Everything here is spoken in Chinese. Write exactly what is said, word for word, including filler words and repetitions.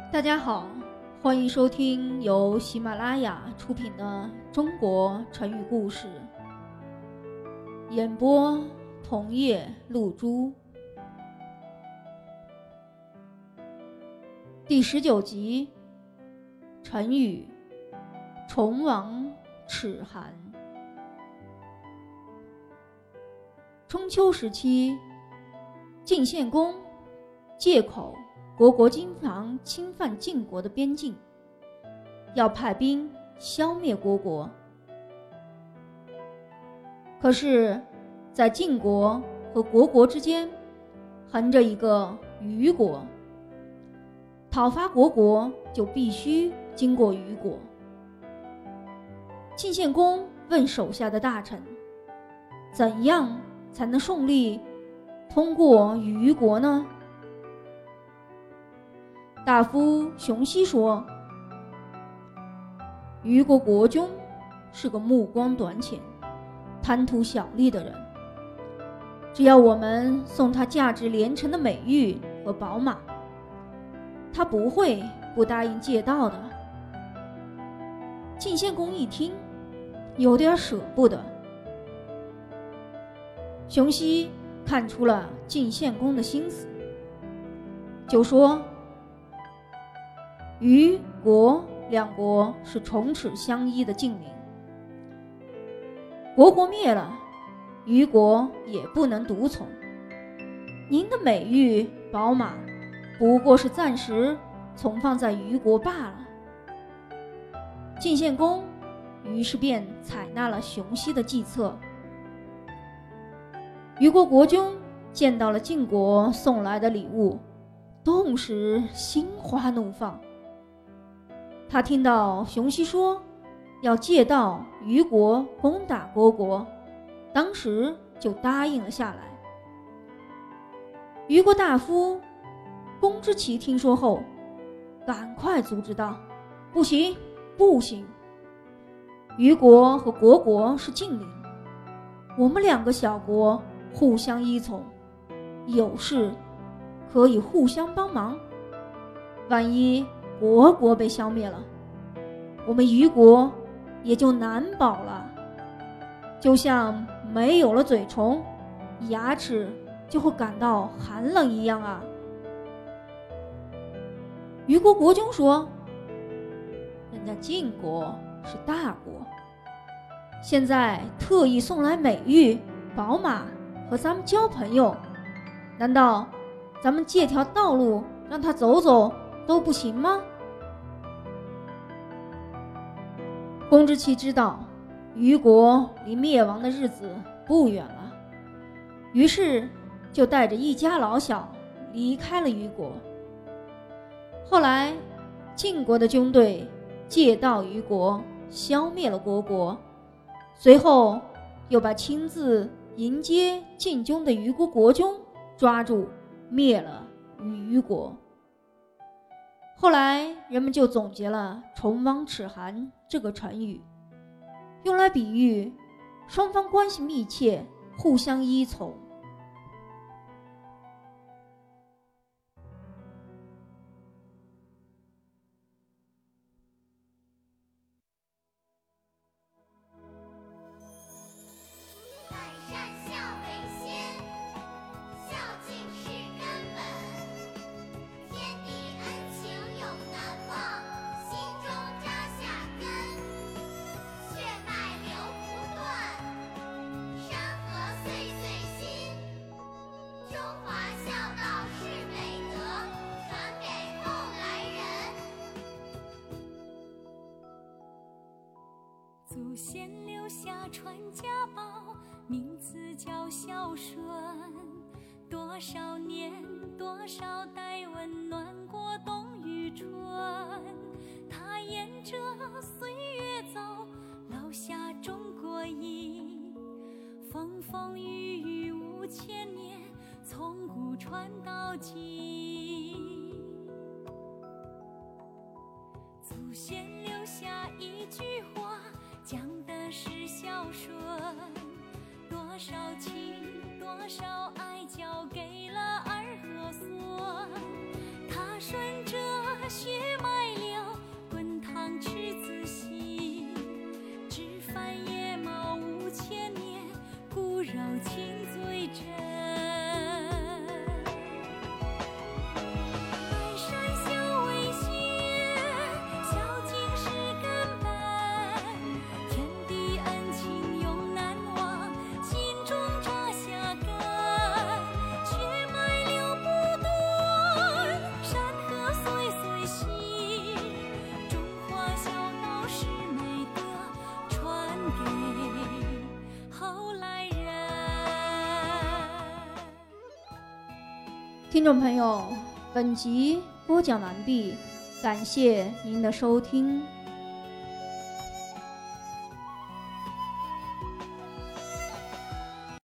大家好，欢迎收听由喜马拉雅出品的中国成语故事，演播桐叶露珠。第十九集，成语唇亡齿寒。春秋时期，晋献公借口国国经常侵犯晋国的边境，要派兵消灭虢国。可是在晋国和虢国之间横着一个虞国，讨伐虢国就必须经过虞国。晋献公问手下的大臣，怎样才能顺利通过虞国呢？大夫熊希说，虞国国君是个目光短浅、贪图小利的人，只要我们送他价值连城的美玉和宝马，他不会不答应借道的。晋献公一听，有点舍不得。熊希看出了晋献公的心思，就说，虞虢两国是唇齿相依的近邻，虢国灭了，虞国也不能独从。您的美玉宝马不过是暂时存放在虞国罢了。晋献公于是便采纳了熊希的计策。虞国国君见到了晋国送来的礼物，顿时心花怒放。他听到熊希说要借道虞国攻打虢国，当时就答应了下来。虞国大夫公之奇听说后，赶快阻止道，不行不行，虞国和虢国是近邻，我们两个小国互相依从，有事可以互相帮忙，万一虢国被消灭了，我们虞国也就难保了。就像没有了嘴唇，牙齿就会感到寒冷一样啊。虞国国君说，人家晋国是大国，现在特意送来美玉宝马和咱们交朋友，难道咱们借条道路让他走走都不行吗？公之奇知道虞国离灭亡的日子不远了，于是就带着一家老小离开了虞国。后来晋国的军队借道虞国，消灭了虢国，随后又把亲自迎接进军的虞国国君抓住，灭了虞国。后来人们就总结了唇亡齿寒这个成语，用来比喻双方关系密切，互相依从。 祖先留下传家宝，名字叫孝顺。多少年，多少代，温暖过冬与春。他沿着岁月走，留下中国印。风风雨雨五千年，从古传到今。祖先留下一句话，讲的是孝顺，多少情，多少爱，交给了儿和孙。他顺着血情最真。百山小为先，孝敬是根本，天地恩情永难忘，心中扎下根，血脉流不断，山河岁岁新，中华孝道是美德，传给后来人。 听众朋友，本集播讲完毕，感谢您的收听。